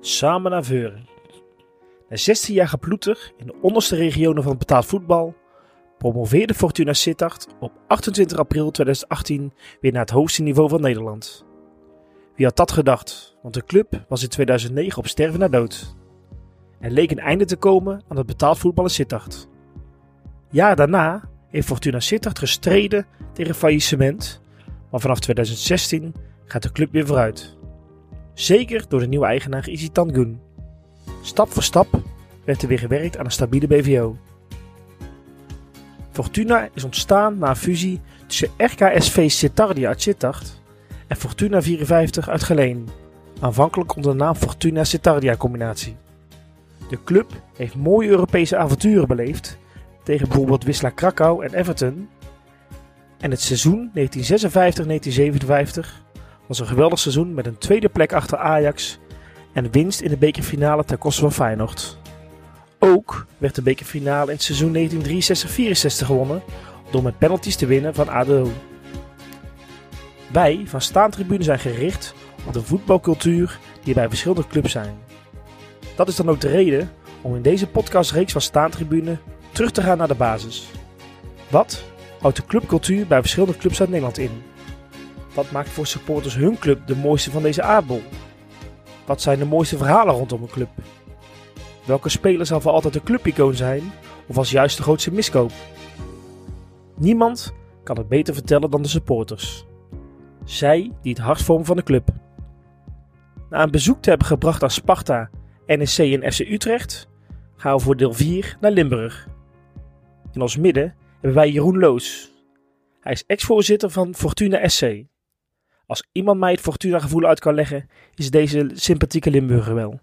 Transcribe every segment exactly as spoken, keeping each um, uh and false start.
Samen naar Veuren. Na zestien jaar geploeter in de onderste regionen van het betaald voetbal promoveerde Fortuna Sittard op achtentwintig april tweeduizend achttien weer naar het hoogste niveau van Nederland. Wie had dat gedacht, want de club was in tweeduizend negen op sterven na dood. Er leek een einde te komen aan het betaald voetbal in Sittard. Jaar daarna heeft Fortuna Sittard gestreden tegen faillissement, maar vanaf tweeduizend zestien gaat de club weer vooruit. Zeker door de nieuwe eigenaar Isi Tangun. Stap voor stap werd er weer gewerkt aan een stabiele B V O. Fortuna is ontstaan na een fusie tussen R K S V Sittardia uit Sittard en Fortuna vierenvijftig uit Geleen, aanvankelijk onder de naam Fortuna Sittardia Combinatie. De club heeft mooie Europese avonturen beleefd tegen bijvoorbeeld Wisla Krakau en Everton. En het seizoen negentien zesenvijftig negentien zevenenvijftig was een geweldig seizoen met een tweede plek achter Ajax en winst in de bekerfinale ten koste van Feyenoord. Ook werd de bekerfinale in het seizoen negentien drieënzestig vierenzestig gewonnen door met penalties te winnen van A D O. Wij van Staantribune zijn gericht op de voetbalcultuur die bij verschillende clubs zijn. Dat is dan ook de reden om in deze podcastreeks van Staantribune terug te gaan naar de basis. Wat houdt de clubcultuur bij verschillende clubs uit Nederland in? Wat maakt voor supporters hun club de mooiste van deze aardbol? Wat zijn de mooiste verhalen rondom een club? Welke speler zal voor altijd een clubicoon zijn of als juist de grootste miskoop? Niemand kan het beter vertellen dan de supporters. Zij die het hart vormen van de club. Na een bezoek te hebben gebracht aan Sparta, N E C en F C Utrecht gaan we voor deel vier naar Limburg. In ons midden hebben wij Jeroen Loos. Hij is ex-voorzitter van Fortuna S C. Als iemand mij het Fortuna gevoel uit kan leggen, is deze sympathieke Limburger wel.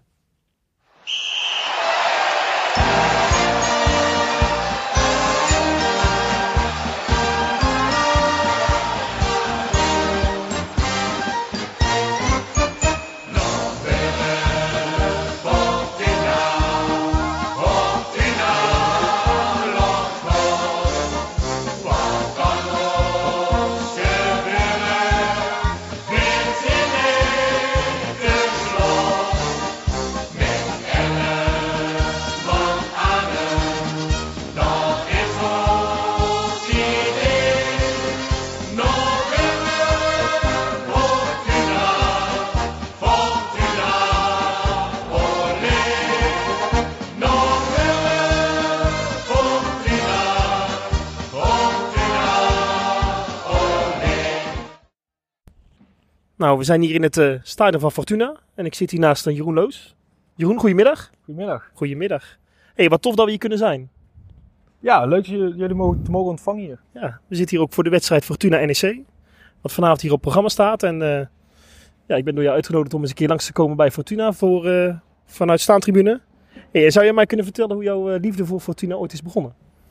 Nou, we zijn hier in het uh, stadion van Fortuna en ik zit hier naast uh, Jeroen Loos. Jeroen, goedemiddag. Goedemiddag. Goedemiddag. Hey, wat tof dat we hier kunnen zijn. Ja, leuk dat jullie mogen, te mogen ontvangen hier. Ja, we zitten hier ook voor de wedstrijd Fortuna N E C. Wat vanavond hier op programma staat. En uh, ja, ik ben door jou uitgenodigd om eens een keer langs te komen bij Fortuna voor, uh, vanuit Staantribune. Hey, zou jij mij kunnen vertellen hoe jouw uh, liefde voor Fortuna ooit is begonnen?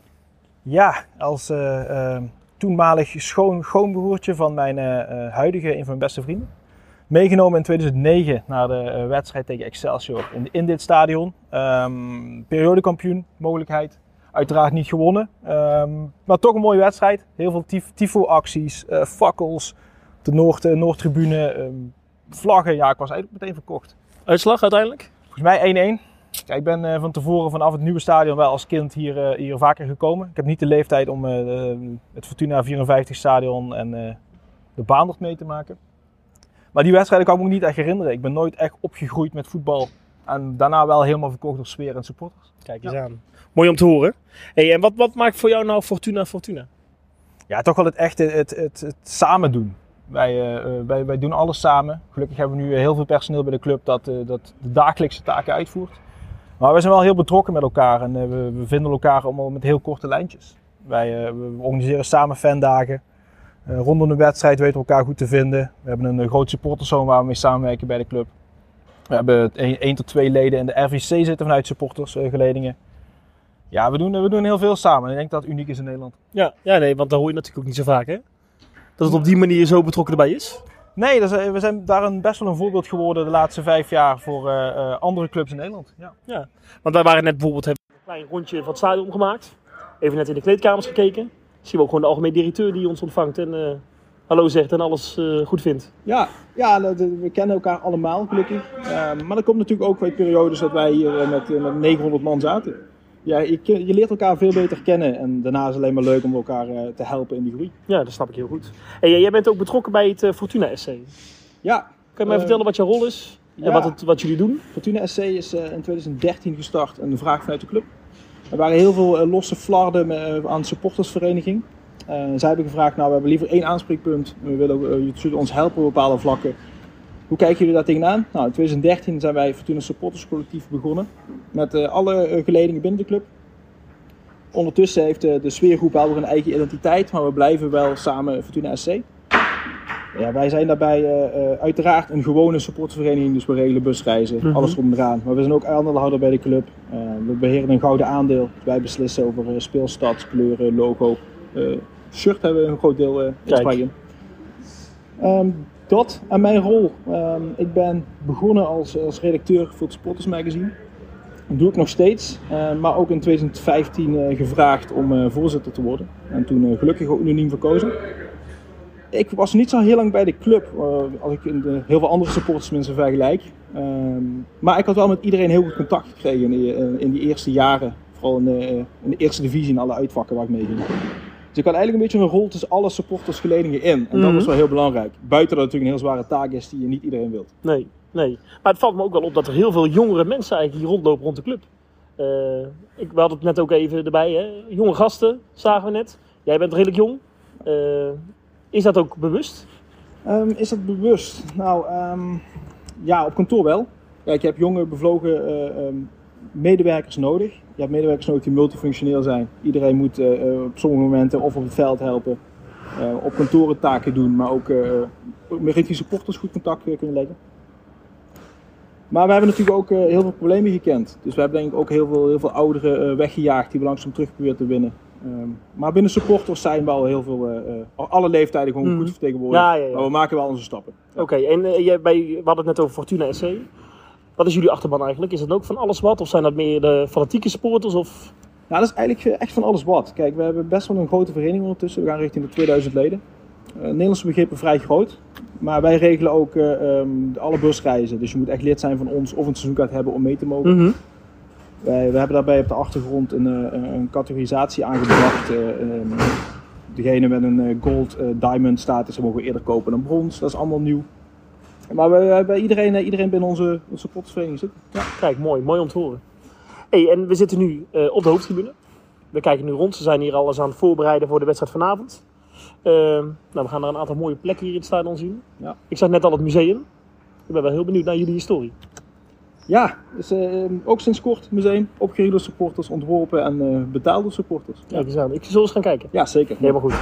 Ja, als uh, uh, toenmalig schoon, schoonbroertje van mijn uh, huidige, een van mijn beste vrienden. Meegenomen in tweeduizend negen naar de uh, wedstrijd tegen Excelsior in, in dit stadion. Um, periodekampioen, mogelijkheid. Uiteraard niet gewonnen. Um, maar toch een mooie wedstrijd. Heel veel tif- tifo-acties, uh, fakkels, de Noord, uh, Noordtribune, um, vlaggen. Ja, ik was eigenlijk meteen verkocht. Uitslag uiteindelijk? Volgens mij één-één. Ja, ik ben uh, van tevoren vanaf het nieuwe stadion wel als kind hier, uh, hier vaker gekomen. Ik heb niet de leeftijd om uh, de, het Fortuna vierenvijftig stadion en uh, de Baandert mee te maken. Maar die wedstrijd kan ik me niet echt herinneren. Ik ben nooit echt opgegroeid met voetbal. En daarna wel helemaal verkocht door sfeer en supporters. Kijk eens ja. aan. Mooi om te horen. Hey, en wat, wat maakt voor jou nou Fortuna Fortuna? Ja, toch wel het echte, het, het, het samen doen. Wij, uh, wij, wij doen alles samen. Gelukkig hebben we nu heel veel personeel bij de club dat, uh, dat de dagelijkse taken uitvoert. Maar we zijn wel heel betrokken met elkaar en uh, we, we vinden elkaar allemaal met heel korte lijntjes. Wij uh, we organiseren samen fandagen. Uh, rondom de wedstrijd weten we elkaar goed te vinden. We hebben een uh, groot supporterszone waar we mee samenwerken bij de club. We hebben één tot twee leden in de R V C zitten vanuit supportersgeledingen. Ja, we doen, we doen heel veel samen. En ik denk dat het uniek is in Nederland. Ja, ja, nee, want dat hoor je natuurlijk ook niet zo vaak, hè? Dat het op die manier zo betrokken erbij is. Nee, dat is, we zijn daar een, best wel een voorbeeld geworden de laatste vijf jaar voor uh, uh, andere clubs in Nederland. Ja. Ja, want wij waren net bijvoorbeeld, hebben een klein rondje van het stadion gemaakt. Even net in de kleedkamers gekeken. Zien we ook gewoon de algemeen directeur die ons ontvangt. En uh, hallo zegt en alles uh, goed vindt. Ja, ja, we kennen elkaar allemaal gelukkig. Uh, maar dat komt natuurlijk ook uit periodes dat wij hier met, met negenhonderd man zaten. Ja, je, je leert elkaar veel beter kennen en daarna is het alleen maar leuk om elkaar uh, te helpen in die groei. Ja, dat snap ik heel goed. En jij bent ook betrokken bij het uh, Fortuna S C. Ja. Kan je mij uh, vertellen wat jouw rol is en ja. wat, het, wat jullie doen? Fortuna S C is uh, in twintig dertien gestart en de vraag vanuit de club. Er waren heel veel uh, losse flarden uh, aan de supportersvereniging. Uh, zij hebben gevraagd, nou we hebben liever één aanspreekpunt. We willen uh, jullie zullen ons helpen op bepaalde vlakken. Hoe kijken jullie daar tegenaan? Nou, in twintig dertien zijn wij Fortuna Supporters Collectief begonnen. Met uh, alle uh, geledingen binnen de club. Ondertussen heeft uh, de sfeergroep wel weer een eigen identiteit, maar we blijven wel samen Fortuna S C. Ja, wij zijn daarbij uh, uh, uiteraard een gewone supportersvereniging, dus we regelen busreizen, mm-hmm. alles rond en eraan. Maar we zijn ook aandeelhouder bij de club. Uh, we beheren een gouden aandeel, dus wij beslissen over uh, speelstad, kleuren, logo. Uh, shirt hebben we een groot deel uh, in Spanje. Um, dat en mijn rol. Um, ik ben begonnen als, als redacteur voor het Supporters Magazine. Dat doe ik nog steeds, uh, maar ook in twintig vijftien uh, gevraagd om uh, voorzitter te worden. En toen uh, gelukkig ook unaniem verkozen. Ik was niet zo heel lang bij de club, uh, als ik in de, heel veel andere supporters mensen vergelijk. Um, maar ik had wel met iedereen heel goed contact gekregen in die, uh, in die eerste jaren. Vooral in de, uh, in de eerste divisie in alle uitvakken waar ik mee ging. Dus ik had eigenlijk een beetje een rol tussen alle supportersgeledingen in. En mm-hmm. dat was wel heel belangrijk. Buiten dat het natuurlijk een heel zware taak is die je niet iedereen wilt. Nee, nee. Maar het valt me ook wel op dat er heel veel jongere mensen eigenlijk hier rondlopen rond de club. Uh, ik, we hadden het net ook even erbij, hè. Jonge gasten zagen we net. Jij bent redelijk jong. Uh, is dat ook bewust? Um, is dat bewust? Nou, um, ja, op kantoor wel. Kijk, je hebt jonge, bevlogen uh, um, medewerkers nodig. Je hebt medewerkers nodig die multifunctioneel zijn. Iedereen moet uh, op sommige momenten of op het veld helpen, uh, op kantoren taken doen, maar ook uh, met die supporters goed contact uh, kunnen leggen. Maar we hebben natuurlijk ook uh, heel veel problemen gekend. Dus we hebben denk ik ook heel veel, heel veel ouderen uh, weggejaagd die we langzaam terug proberen te winnen. Um, maar binnen supporters zijn we al heel veel, uh, uh, alle leeftijden gewoon mm. goed vertegenwoordigd. Ja, ja, ja. Maar we maken wel onze stappen. Oké, okay, en uh, jij, bij, we hadden het net over Fortuna S C. Wat is jullie achterban eigenlijk? Is dat ook van alles wat? Of zijn dat meer de fanatieke supporters? Of? Nou, dat is eigenlijk echt van alles wat. Kijk, we hebben best wel een grote vereniging ondertussen. We gaan richting de tweeduizend leden. Uh, Nederlandse begrippen vrij groot. Maar wij regelen ook uh, um, alle busreizen. Dus je moet echt lid zijn van ons of een seizoenkaart hebben om mee te mogen. Mm-hmm. Wij, we hebben daarbij op de achtergrond een, uh, een categorisatie aangebracht. Uh, um, degene met een uh, gold, uh, diamond status mogen eerder kopen dan brons. Dat is allemaal nieuw. Maar we hebben iedereen, iedereen binnen onze, onze supportersvereniging zitten. Ja, kijk, mooi. Mooi om te horen. Hey, en we zitten nu uh, op de hoofdtribune. We kijken nu rond. Ze zijn hier alles aan het voorbereiden voor de wedstrijd vanavond. Uh, nou, we gaan er een aantal mooie plekken hier in het stadion zien. Ja. Ik zag net al het museum. Ik ben wel heel benieuwd naar jullie historie. Ja, dus, uh, ook sinds kort het museum. Opgericht door supporters, ontworpen en uh, betaald door supporters. Ja, ja. Ik zal eens gaan kijken. Ja, zeker. Helemaal goed.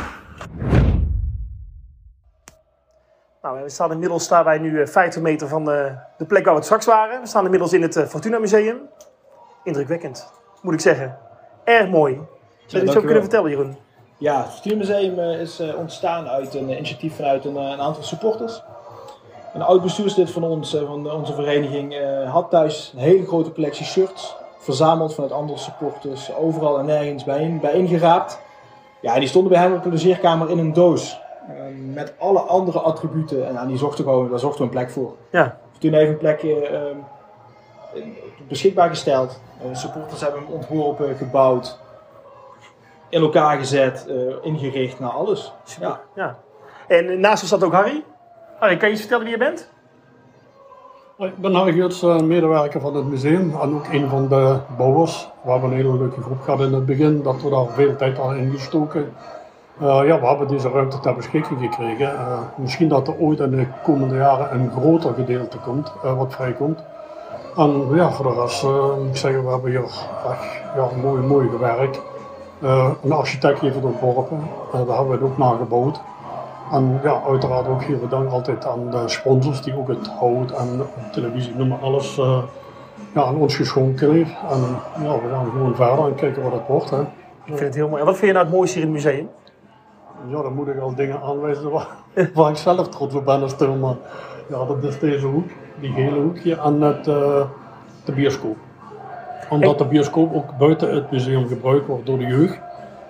Nou, we staan inmiddels staan wij nu vijftig meter van de, de plek waar we straks waren. We staan inmiddels in het uh, Fortuna Museum. Indrukwekkend, moet ik zeggen. Erg mooi. Zou je iets over kunnen vertellen, Jeroen? Ja, het Fortuna Museum uh, is uh, ontstaan uit een uh, initiatief vanuit een, uh, een aantal supporters. Een oud bestuurslid van ons, uh, van onze vereniging, uh, had thuis een hele grote collectie shirts. Verzameld vanuit andere supporters, overal en nergens bijeen, bijeengeraapt. Ja, die stonden bij hem op de logeerkamer in een doos. Uh, met alle andere attributen. En uh, die zochten gewoon, daar zochten we een plek voor. Ja. Fortuna heeft een plekje uh, beschikbaar gesteld. Uh, supporters hebben hem ontworpen, gebouwd, in elkaar gezet, uh, ingericht, naar nou, alles. Ja. Ja. En naast ons staat ook Harry. Harry, kan je eens vertellen wie je bent? Ik ben Harry Guts, medewerker van het museum en ook een van de bouwers. We hebben een hele leuke groep gehad in het begin, dat we daar veel tijd aan ingestoken. Uh, ja, we hebben deze ruimte ter beschikking gekregen. Uh, misschien dat er ooit in de komende jaren een groter gedeelte komt, uh, wat vrijkomt. En ja, voor de rest uh, moet ik zeggen, we hebben hier echt ja, mooi, mooi gewerkt. Uh, een architect heeft het ontworpen, uh, daar hebben we het ook naar gebouwd. En ja, uiteraard ook heel bedankt altijd aan de sponsors die ook het hout en televisie, noem maar alles, uh, ja, aan ons geschonken heeft. En ja, we gaan gewoon verder en kijken wat het wordt. Hè. Ik vind het heel mooi. En wat vind je nou het mooiste hier in het museum? Ja, dan moet ik al dingen aanwijzen waar, waar ik zelf trots op ben als tuinman. Ja, dat is deze hoek, die gele hoek hier, en het, uh, de bioscoop. Omdat de bioscoop ook buiten het museum gebruikt wordt door de jeugd.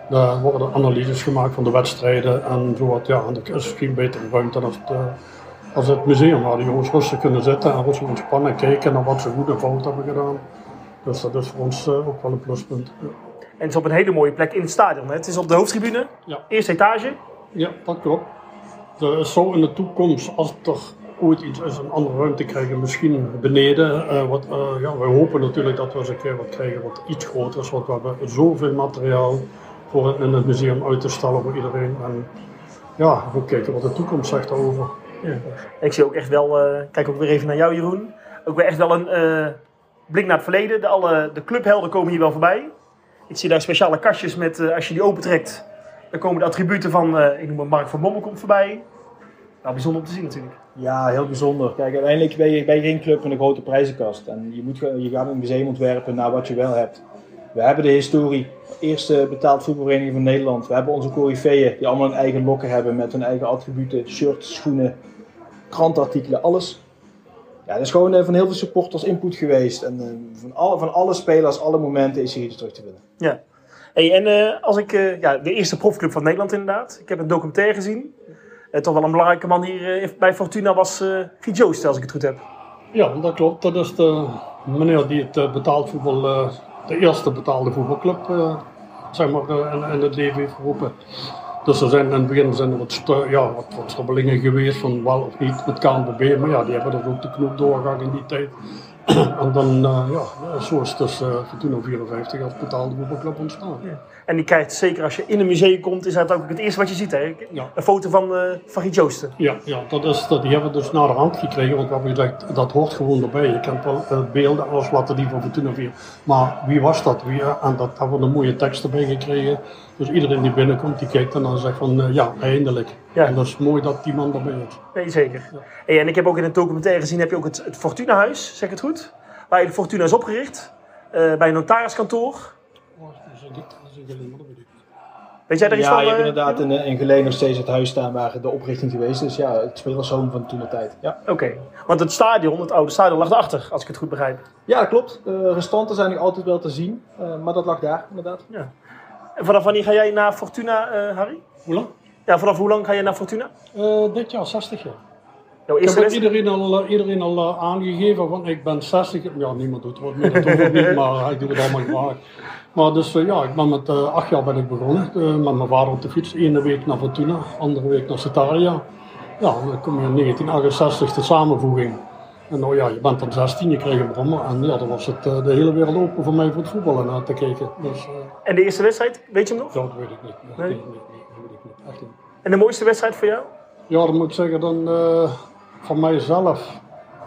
Daar worden analyses gemaakt van de wedstrijden en zo wat. Ja, en er is misschien betere ruimte als het, uh, als het museum, waar de jongens rustig kunnen zitten en rustig ontspannen kijken naar wat ze goed en fout hebben gedaan. Dus dat is voor ons uh, ook wel een pluspunt. Ja. En het is op een hele mooie plek in het stadion. Hè? Het is op de hoofdtribune, ja. Eerste etage. Ja, dat klopt. Er is zo in de toekomst, als er ooit iets is, een andere ruimte krijgen, misschien beneden. Uh, wat, uh, ja, wij hopen natuurlijk dat we eens een keer wat krijgen wat iets groter is, want we hebben zoveel materiaal voor het in het museum uit te stellen voor iedereen. En ja, we kijken wat de toekomst zegt daarover. Ja. Ik zie ook echt wel, uh, kijk ook weer even naar jou Jeroen, ook weer echt wel een uh, blik naar het verleden. De, alle, de clubhelden komen hier wel voorbij. Ik zie daar speciale kastjes met, uh, als je die opentrekt, dan komen de attributen van, uh, ik noem maar Mark van Bommel komt voorbij. Nou, bijzonder om te zien natuurlijk. Ja, heel bijzonder. Kijk, uiteindelijk ben je, ben je geen club met een grote prijzenkast. En je, moet, je gaat een museum ontwerpen naar wat je wel hebt. We hebben de historie, eerste betaald voetbalvereniging van Nederland. We hebben onze coryfeeën die allemaal een eigen lokker hebben met hun eigen attributen, shirts, schoenen, krantartikelen, alles. Ja, dat is gewoon uh, van heel veel supporters input geweest. En uh, van, alle, van alle spelers, alle momenten is hier iets terug te vinden. Ja. Hey, en uh, als ik, uh, ja, de eerste profclub van Nederland inderdaad. Ik heb een documentaire gezien. Uh, toch wel een belangrijke man hier uh, bij Fortuna was uh, Guy Joosten, als ik het goed heb. Ja, dat klopt. Dat is de meneer die het uh, betaald voetbal, uh, de eerste betaalde voetbalclub, uh, zeg maar, uh, in, in het leven heeft geroepen. Dus er zijn in het begin zijn er wat, stu- ja, wat, wat stoppelingen geweest van wel of niet met K N V B, maar ja, die hebben er ook de knoop doorgegaan in die tijd. En dan, uh, ja, zo is dus uh, Fortuna vierenvijftig als betaalde voetbalclub ontstaan. Ja. En die krijgt, zeker als je in een museum komt, is dat ook het eerste wat je ziet, hè? Ja. Een foto van, uh, van Guy Joosten. Ja, ja dat is, dat, die hebben we dus naar de hand gekregen, want we hebben gezegd, dat hoort gewoon erbij. Je kent wel uh, beelden, alles wat er die van Fortuna vier. Maar wie was dat? Wie, uh, en dat hebben we een mooie tekst erbij gekregen. Dus iedereen die binnenkomt, die kijkt en dan zegt van, uh, ja, eindelijk. Ja. En dat is mooi dat die man erbij is. Nee, zeker. Ja. Hey, en ik heb ook in het documentaire gezien, heb je ook het, het Fortuna-huis, zeg ik het goed? Waar je de Fortuna is opgericht, uh, bij een notariskantoor. Oh, dat is een, dat is een geleden, dat weet ik. Weet jij er iets ja, van? Ja, je hebt uh, inderdaad in, in Geleen nog steeds het huis staan waar de oprichting geweest is. Ja, het spelershome van toen de tijd. Ja. Oké, okay. Want het stadion, het oude stadion lag erachter, als ik het goed begrijp. Ja, dat klopt. Uh, restanten zijn nog altijd wel te zien, uh, maar dat lag daar inderdaad. Ja. En vanaf wanneer ga jij naar Fortuna, uh, Harry? Hoe lang? Ja, vanaf hoe lang ga je naar Fortuna? Uh, dit jaar, zestig jaar. Jouw Ik heb les... iedereen al, uh, iedereen al uh, aangegeven van ik ben zestig. Ja, niemand doet het meer, dat hoef ik niet, maar ik doe het allemaal graag. Maar dus uh, ja, ik ben met uh, acht jaar ben ik begonnen. Uh, met mijn vader op de fiets. Ene week naar Fortuna, andere week naar Cetaria. Ja, dan kom je in negentien achtenzestig de samenvoeging. En nou ja, je bent dan zestien, je krijgt een brommer. En ja, dan was het uh, de hele wereld open voor mij voor het voetballen naar te kijken. Dus, uh, en de eerste wedstrijd, weet je hem nog? Ja, dat weet ik niet. Nee, nee, nee, nee, dat weet ik niet. Echt niet. En de mooiste wedstrijd voor jou? Ja, dan moet ik zeggen dan uh, van mijzelf.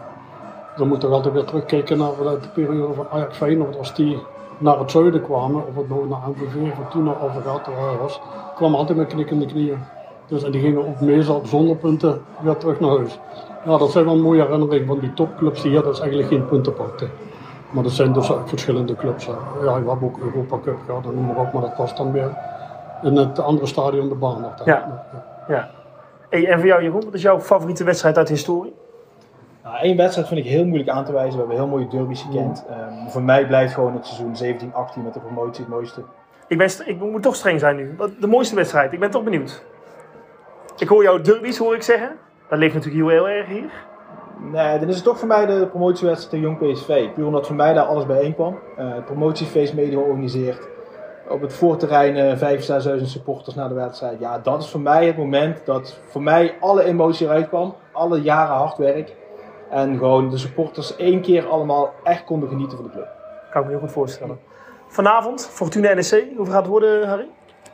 Dan moet ik altijd weer terugkijken naar de periode van Ajax Feyenoord. Als die naar het zuiden kwamen, of het nou naar M V V, Fortuna of Regatta was, kwamen altijd met knikkende knieën. Dus, en die gingen ook meestal zonder punten weer terug naar huis. Ja, dat zijn wel mooie herinneringen van die topclubs die hier dus eigenlijk geen punten pakten. Maar dat zijn dus verschillende clubs. Hè. Ja, we hebben ook Europa Cup gehad, noem maar op, maar dat was dan weer in het andere stadion de baan. Ja. Ja. Ja. Hey, en voor jou Jeroen, wat is jouw favoriete wedstrijd uit de historie? Nou, één wedstrijd vind ik heel moeilijk aan te wijzen. We hebben heel mooie derbies gekend. Mm. Um, voor mij blijft gewoon het seizoen zeventien achttien met de promotie het mooiste. Ik, ben, ik moet toch streng zijn nu. De mooiste wedstrijd, ik ben toch benieuwd. Ik hoor jouw derbies, hoor ik zeggen. Dat leeft natuurlijk heel erg hier. Nee, dan is het toch voor mij de promotiewedstrijd tegen Jong P S V. Puur omdat voor mij daar alles bijeen kwam. Uh, het promotiefeest mede georganiseerd. Op het voorterrein uh, vijf, zesduizend supporters na de wedstrijd. Ja, dat is voor mij het moment dat voor mij alle emotie eruit kwam. Alle jaren hard werk. En gewoon de supporters één keer allemaal echt konden genieten van de club. Kan ik me heel goed voorstellen. Vanavond, Fortuna N E C. Hoeveel gaat het worden, Harry?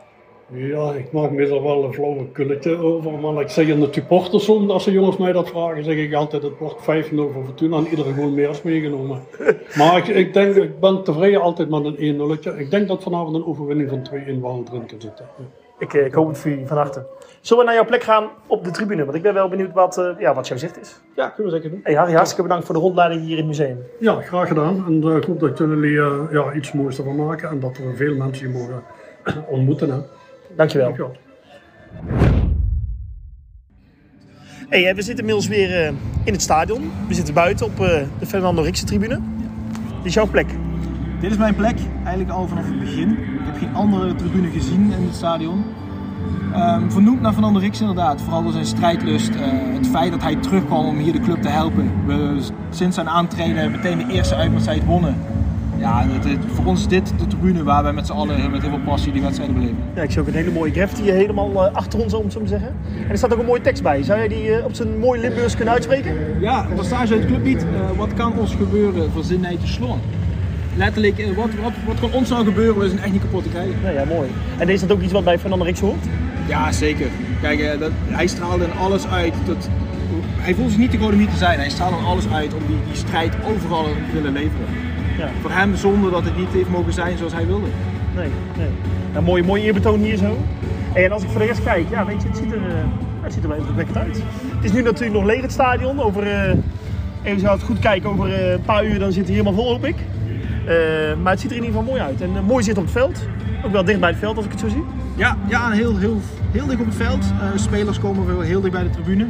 Ja, ik maak meestal wel een flauwe kulletje over. Maar ik zeg in de supporters, als de jongens mij dat vragen, zeg ik altijd het wordt vijf nul voor Fortuna en iedereen gewoon meer is meegenomen. Maar ik, ik denk, ik ben tevreden altijd met een één nul. Ik denk dat vanavond een overwinning van twee één wel erin kan zitten. Ja. Ik, ik hoop het voor jullie van harte. Zullen we naar jouw plek gaan op de tribune? Want ik ben wel benieuwd wat, uh, ja, wat jouw zicht is. Ja, kunnen we zeker doen. Hey Harry, hartstikke bedankt voor de rondleiding hier in het museum. Ja, graag gedaan. En uh, ik hoop dat jullie uh, ja, iets moois ervan maken en dat er veel mensen je mogen ontmoeten. Hè. Dankjewel. Dankjewel. Hey, we zitten inmiddels weer uh, in het stadion. We zitten buiten op uh, de Fernando Rixen tribune. Dit is jouw plek. Dit is mijn plek, eigenlijk al vanaf het begin. Ik heb geen andere tribune gezien in het stadion. Um, vernoemd naar Fernando Rix inderdaad, vooral door zijn strijdlust. Uh, het feit dat hij terugkwam om hier de club te helpen. We sinds zijn aantreden meteen de eerste uitwedstrijd wonnen. Ja, het, het, voor ons is dit de tribune waar wij met z'n allen met heel veel passie die wedstrijden beleven. Ja, ik zie ook een hele mooie graffiti hier helemaal uh, achter ons, om het zo te zeggen. En er staat ook een mooie tekst bij. Zou jij die uh, op zijn mooi Limburgs kunnen uitspreken? Ja, een passage uit het clublied. Uh, wat kan ons gebeuren voor zinnij te slaan? Letterlijk, uh, wat, wat, wat kan ons nou gebeuren? We zijn echt niet kapot te krijgen. Nou ja, mooi. En is dat ook iets wat bij Fernando Rix hoort? Ja, zeker. Kijk, uh, dat, hij straalde in alles uit. Dat, hij voelt zich niet de grote mythe te zijn. Hij straalde in alles uit om die, die strijd overal te willen leveren. Ja. Voor hem zonder dat het niet heeft mogen zijn zoals hij wilde. Nee, nee. Nou, mooi, mooi eerbetoon hier zo. En als ik voor de rest kijk, ja, weet je, het ziet er, uh, het ziet er wel indrukwekkend uit. Het is nu natuurlijk nog leeg het stadion. Over, uh, even zou het goed kijken, over uh, een paar uur dan zit het helemaal vol, hoop ik. Uh, maar het ziet er in ieder geval mooi uit. En uh, mooi zit op het veld. Ook wel dicht bij het veld als ik het zo zie. Ja, ja heel, heel, heel dicht op het veld. Uh, spelers komen wel heel dicht bij de tribune.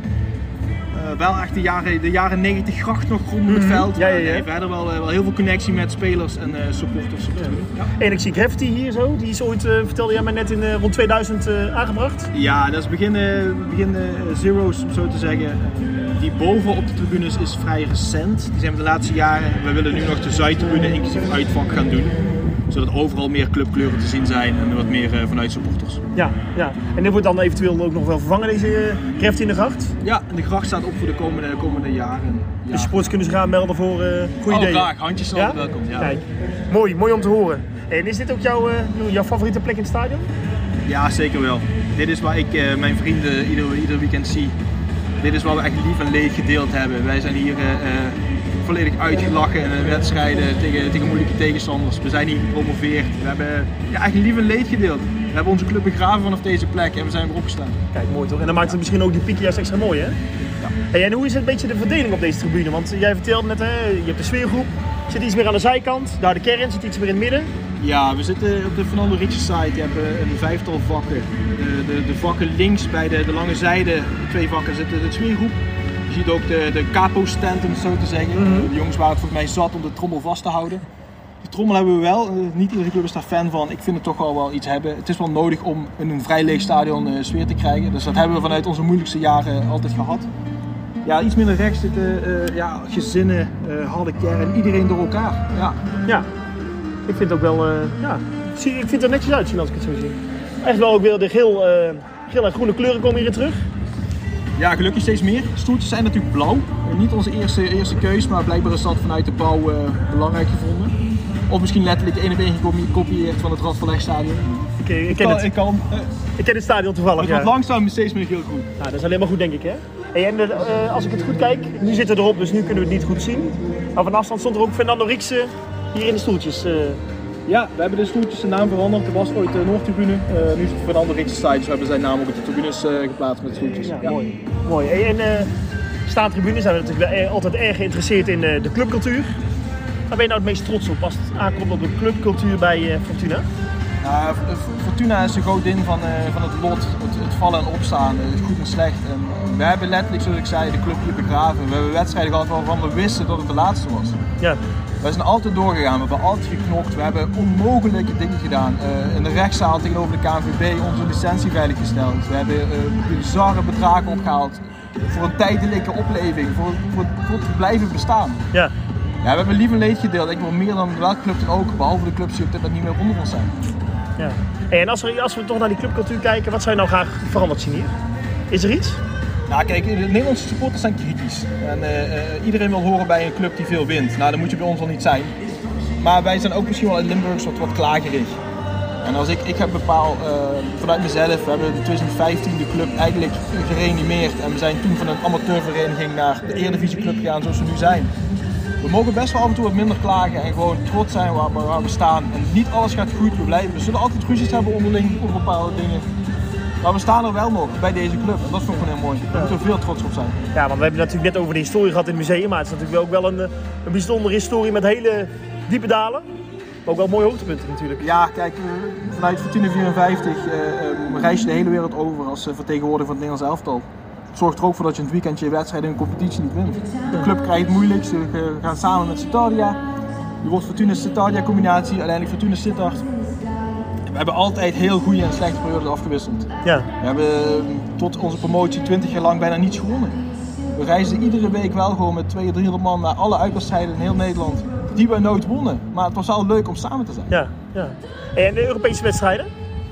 Uh, wel echt de jaren, de jaren negentig gracht nog rond het veld. Ja, ja, ja. Uh, verder wel, uh, wel heel veel connectie met spelers en uh, supporters. Ja. Ja. En ik zie graffiti hier zo, die is ooit, uh, vertelde jij mij net, in uh, rond tweeduizend uh, aangebracht. Ja, dat is begin, uh, begin uh, zero's om zo te zeggen. Uh, die boven op de tribunes is vrij recent. Die zijn we de laatste jaren. We willen nu nog de Zuidtribune inclusief uitvak gaan doen. Zodat overal meer clubkleuren te zien zijn en wat meer uh, vanuit supporters. Ja, ja. En dit wordt dan eventueel ook nog wel vervangen, deze uh, graffiti in de gracht? Ja, en de gracht staat op voor de komende, komende jaren. Ja. Dus supporters kunnen zich aanmelden voor uh, goede oh, ideeën? graag, handjes zijn altijd welkom. Ja. Kijk, mooi, mooi om te horen. En is dit ook jouw, uh, jouw favoriete plek in het stadion? Ja, zeker wel. Dit is waar ik uh, mijn vrienden ieder, ieder weekend zie. Dit is waar we echt lief en leed gedeeld hebben. Wij zijn hier uh, uh, volledig uitgelachen in uh, wedstrijden tegen, tegen moeilijke tegenstanders. We zijn hier gepromoveerd. We hebben ja, echt lief en leed gedeeld. We hebben onze club begraven vanaf deze plek en we zijn weer opgestaan. Kijk, mooi toch? En dan maakt het misschien ook die piek juist extra mooi, hè? Ja. Hey, en hoe is het een beetje de verdeling op deze tribune? Want jij vertelde net, hè, je hebt de sfeergroep. Zit iets meer aan de zijkant, daar de kern zit iets meer in het midden. Ja, we zitten op de Fernando Rix site. Je hebt een vijftal vakken. De, de, de vakken links bij de, de lange zijde, twee vakken zitten de sfeergroep. Je ziet ook de, de capo-stand, om het zo te zeggen. Mm-hmm. De jongens waren het volgens mij zat om de trommel vast te houden. Die trommel hebben we wel. Niet iedere club is daar fan van. Ik vind het toch wel wel iets hebben. Het is wel nodig om in een vrij leeg stadion uh, sfeer te krijgen. Dus dat hebben we vanuit onze moeilijkste jaren altijd gehad. Ja, iets minder rechts zitten uh, ja, gezinnen, uh, harde kern, iedereen door elkaar. Ja. Ja. Ik vind het ook wel, uh, ja, ik vind het er netjes uitzien als ik het zo zie. Echt wel ook weer de geel, uh, geel en groene kleuren komen hier terug. Ja, gelukkig steeds meer. Stoeltjes zijn natuurlijk blauw. Niet onze eerste, eerste keus, maar blijkbaar is dat vanuit de bouw uh, belangrijk gevonden. Of misschien letterlijk één op één gekopieerd van het Radverlegstadion. Ik, ik, ik, ken het. Ik, kan, uh, ik ken het stadion toevallig. Het wordt ja. langzaam steeds meer heel goed. Nou, dat is alleen maar goed, denk ik, hè? Hey, en uh, als ik het goed kijk, nu zitten we erop, dus nu kunnen we het niet goed zien. Maar van afstand stond er ook Fernando Rix uh, hier in de stoeltjes. Uh. Ja, we hebben de stoeltjes de naam veranderd. Er was ooit de Noordtribune, uh, nu is het Fernando Rix site, dus we hebben zijn naam ook op de tribunes uh, geplaatst met de stoeltjes. Ja, ja. Mooi. Mooi. Hey, en uh, staantribunes zijn we natuurlijk wel altijd erg geïnteresseerd in uh, de clubcultuur. Waar ben je nou het meest trots op als het aankomt op de clubcultuur bij uh, Fortuna? Uh, Fortuna is een groot ding van, uh, van het lot, het, het vallen en opstaan, het goed en slecht. En we hebben letterlijk, zoals ik zei, de club hier begraven. We hebben wedstrijden gehad waarvan we wisten dat het de laatste was. Ja. We zijn altijd doorgegaan, we hebben altijd geknokt, we hebben onmogelijke dingen gedaan. Uh, in de rechtszaal tegenover de K N V B onze licentie veiliggesteld. We hebben uh, bizarre bedragen opgehaald voor een tijdelijke opleving, voor, voor, voor het blijven bestaan. Ja. Ja, we hebben lief en leed gedeeld, ik wil meer dan welke club dan ook, behalve de clubs die op dit moment niet meer onder ons zijn. Ja. En als we, als we toch naar die clubcultuur kijken, wat zou je nou graag veranderd zien hier? Is er iets? Nou kijk, de Nederlandse supporters zijn kritisch. En uh, uh, iedereen wil horen bij een club die veel wint. Nou, dan moet je bij ons al niet zijn. Maar wij zijn ook misschien wel in Limburg wat, wat klagerig. En als ik, ik heb bepaald, uh, vanuit mezelf, we hebben in twintig vijftien de club eigenlijk gereanimeerd. En we zijn toen van een amateurvereniging naar de Eredivisieclub gegaan zoals we nu zijn. We mogen best wel af en toe wat minder klagen en gewoon trots zijn waar, waar we staan. En niet alles gaat goed, we, blijven, we zullen altijd ruzies hebben onderling over bepaalde dingen. Maar we staan er wel nog bij deze club en dat vind ik gewoon heel mooi. Daar moeten we veel trots op zijn. Ja, want we hebben natuurlijk net over de historie gehad in het museum, maar het is natuurlijk ook wel een, een bijzondere historie met hele diepe dalen. Maar ook wel mooie hoogtepunten natuurlijk. Ja, kijk, vanuit Fortuna vierenvijftig uh, uh, reis je de hele wereld over als uh, vertegenwoordiger van het Nederlands elftal. Het zorgt er ook voor dat je in het weekend je wedstrijd in een competitie niet wint. De club krijgt het moeilijk, ze gaan samen met Citadia. Je hoort Fortuna Sittard combinatie, uiteindelijk Fortuna Sittard. We hebben altijd heel goede en slechte periodes afgewisseld. Ja. We hebben tot onze promotie twintig jaar lang bijna niets gewonnen. We reizen iedere week wel gewoon met tweehonderd, driehonderd man naar alle uitwedstrijden in heel Nederland. Die we nooit wonnen. Maar het was wel leuk om samen te zijn. Ja, ja. En de Europese wedstrijden?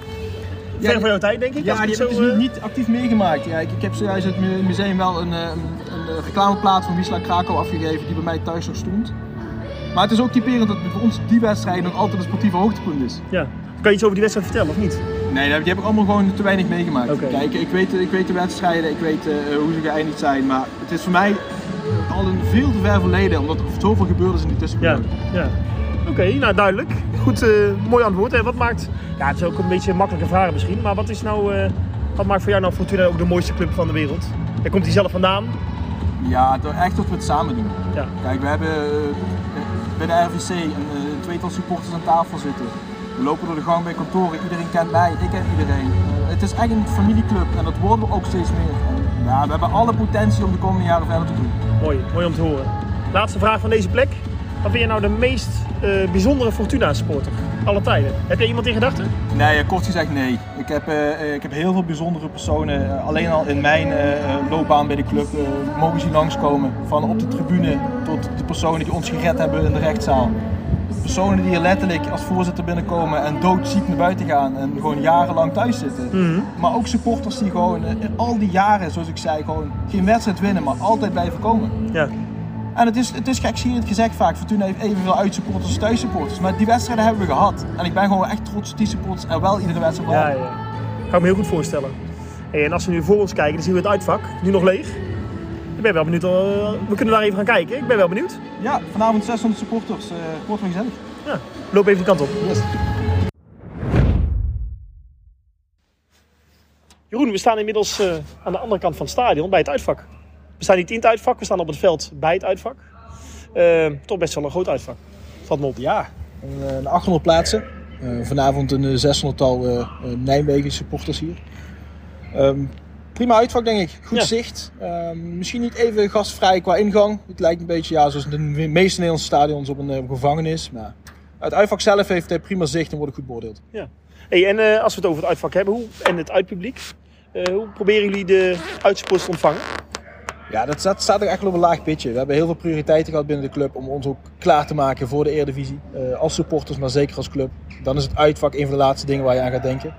Ver Ja, van jouw tijd, denk ik? Ja, die heb ik dus niet, niet actief meegemaakt. Ja, ik, ik heb zojuist het mu- museum wel een, een, een reclameplaat van Wisła Krakau afgegeven die bij mij thuis nog stond. Maar het is ook typerend dat voor ons die wedstrijd nog altijd een sportieve hoogtepunt is. Ja. Kan je iets over die wedstrijd vertellen, of niet? Nee, die heb ik allemaal gewoon te weinig meegemaakt. Okay. Kijk, ik weet, ik weet de wedstrijden, ik weet uh, hoe ze geëindigd zijn, maar het is voor mij al een veel te ver verleden, omdat er zoveel gebeurd is in die tussenperiode. Ja, ja. Oké, okay, nou duidelijk. Goed, uh, mooi antwoord. En wat maakt, ja het is ook een beetje een makkelijke vraag misschien, maar wat is nou, uh, wat maakt voor jou nou Fortuna ook de mooiste club van de wereld? Daar komt hij zelf vandaan? Ja, door echt dat we het samen doen. Ja. Kijk, we hebben uh, bij de R V C een uh, tweetal supporters aan tafel zitten. We lopen door de gang bij kantoren, iedereen kent mij, ik ken iedereen. Uh, het is echt een familieclub en dat worden we ook steeds meer. En, ja, we hebben alle potentie om de komende jaren verder te doen. Mooi, mooi om te horen. Laatste vraag van deze plek. Wat vind je nou de meest uh, bijzondere Fortuna-supporter alle tijden? Heb je iemand in gedachten? Nee, kort gezegd nee. Ik heb, uh, ik heb heel veel bijzondere personen, uh, alleen al in mijn uh, loopbaan bij de club, uh, mogen zien langskomen. Van op de tribune tot de personen die ons gered hebben in de rechtszaal. Personen die hier letterlijk als voorzitter binnenkomen en doodziek naar buiten gaan en gewoon jarenlang thuis zitten. Mm-hmm. Maar ook supporters die gewoon in al die jaren, zoals ik zei, gewoon geen wedstrijd winnen, maar altijd blijven komen. Ja. En het is, het is gekscherend gezegd vaak, Fortuna heeft evenveel uitsupporters als thuissupporters. Maar die wedstrijden hebben we gehad. En ik ben gewoon echt trots op die supporters en wel iedere wedstrijd wel. Ja, ja. Kan ik me heel goed voorstellen. Hey, en als we nu voor ons kijken, dan zien we het uitvak, nu nog leeg. Ik ben wel benieuwd, uh, we kunnen daar even gaan kijken, ik ben wel benieuwd. Ja, vanavond zeshonderd supporters, uh, wordt wel gezellig. Ja, loop even de kant op. Yes. Jeroen, we staan inmiddels uh, aan de andere kant van het stadion, bij het uitvak. We staan niet in het uitvak, we staan op het veld bij het uitvak. Uh, toch best wel een groot uitvak. Valt me op. Ja, een, een achthonderd plaatsen. Uh, vanavond een zeshonderdtal uh, Nijmegen supporters hier. Um, prima uitvak denk ik, goed ja. zicht. Um, misschien niet even gastvrij qua ingang. Het lijkt een beetje ja, zoals de meeste Nederlandse stadions op een, op een gevangenis. Maar het uitvak zelf heeft uh, prima zicht en wordt goed beoordeeld. Ja. Hey, en uh, als we het over het uitvak hebben hoe, en het uitpubliek, uh, hoe proberen jullie de uitsupporters te ontvangen? Ja, dat staat, staat er echt op een laag pitje. We hebben heel veel prioriteiten gehad binnen de club om ons ook klaar te maken voor de Eredivisie. Uh, als supporters, maar zeker als club. Dan is het uitvak een van de laatste dingen waar je aan gaat denken.